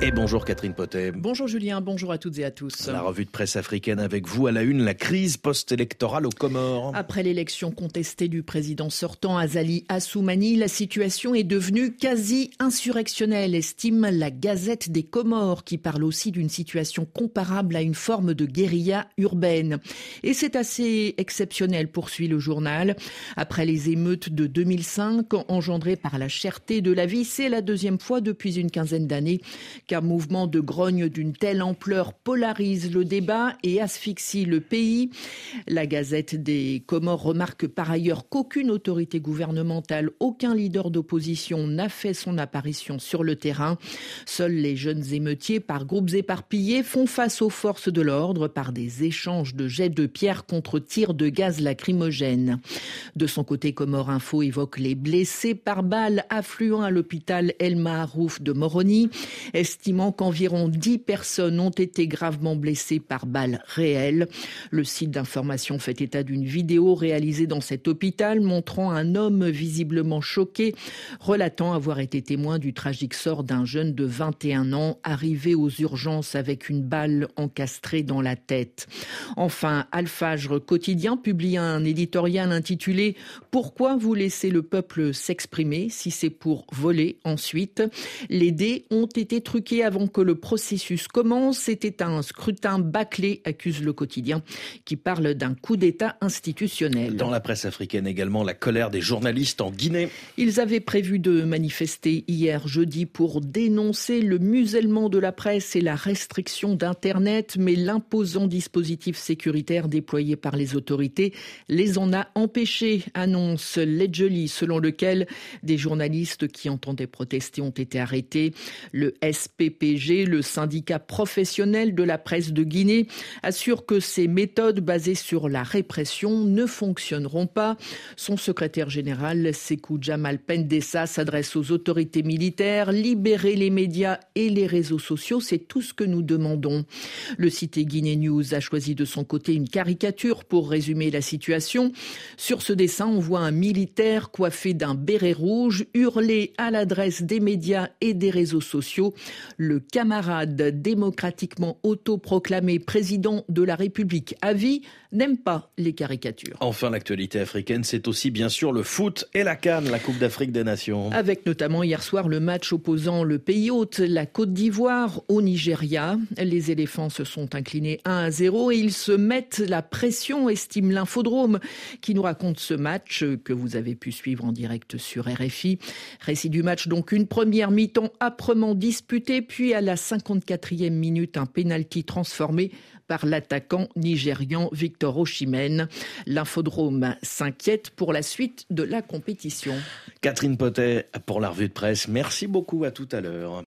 Et bonjour Catherine Potet. Bonjour Julien, bonjour à toutes et à tous. La revue de presse africaine avec vous à la une, la crise post-électorale aux Comores. Après l'élection contestée du président sortant Azali Assoumani, la situation est devenue quasi insurrectionnelle, estime la Gazette des Comores, qui parle aussi d'une situation comparable à une forme de guérilla urbaine. Et c'est assez exceptionnel, poursuit le journal. Après les émeutes de 2005, engendrées par la cherté de la vie, c'est la deuxième fois depuis une quinzaine d'années qu'un mouvement de grogne d'une telle ampleur polarise le débat et asphyxie le pays. La Gazette des Comores remarque par ailleurs qu'aucune autorité gouvernementale, aucun leader d'opposition n'a fait son apparition sur le terrain. Seuls les jeunes émeutiers, par groupes éparpillés, font face aux forces de l'ordre par des échanges de jets de pierre contre tirs de gaz lacrymogène. De son côté, Comores Info évoque les blessés par balles affluant à l'hôpital El Maharouf de Moroni, estimant qu'environ 10 personnes ont été gravement blessées par balles réelles. Le site d'information fait état d'une vidéo réalisée dans cet hôpital montrant un homme visiblement choqué, relatant avoir été témoin du tragique sort d'un jeune de 21 ans arrivé aux urgences avec une balle encastrée dans la tête. Enfin, Al-Fajr quotidien publie un éditorial intitulé « Pourquoi vous laissez le peuple s'exprimer si c'est pour voler ensuite ?» Les dés ont été truqués avant que le processus commence. C'était un scrutin bâclé, accuse le quotidien, qui parle d'un coup d'État institutionnel. Dans la presse africaine également, la colère des journalistes en Guinée. Ils avaient prévu de manifester hier jeudi pour dénoncer le musellement de la presse et la restriction d'Internet, mais l'imposant dispositif sécuritaire déployé par les autorités les en a empêchés, annonce Ledjeli, selon lequel des journalistes qui entendaient protester ont été arrêtés. Le SPPG, le syndicat professionnel de la presse de Guinée, assure que ces méthodes basées sur la répression ne fonctionneront pas. Son secrétaire général, Sékou Jamal Pendessa, s'adresse aux autorités militaires. Libérer les médias et les réseaux sociaux, c'est tout ce que nous demandons. Le site Guinée News a choisi de son côté une caricature pour résumer la situation. Sur ce dessin, on voit un militaire coiffé d'un béret rouge hurler à l'adresse des médias et des réseaux sociaux. Le camarade démocratiquement autoproclamé président de la République à vie n'aime pas les caricatures. Enfin, l'actualité africaine, c'est aussi bien sûr le foot et la CAN, la Coupe d'Afrique des Nations. Avec notamment hier soir le match opposant le pays hôte, la Côte d'Ivoire, au Nigeria. Les éléphants se sont inclinés 1-0 et ils se mettent la pression, estime l'Infodrome, qui nous raconte ce match que vous avez pu suivre en direct sur RFI. Récit du match, donc une première mi-temps âprement disputée, puis à la 54e minute, un pénalty transformé par l'attaquant nigérian Victor Osimhen. L'Infodrome s'inquiète pour la suite de la compétition. Catherine Potet pour la revue de presse. Merci beaucoup, à tout à l'heure.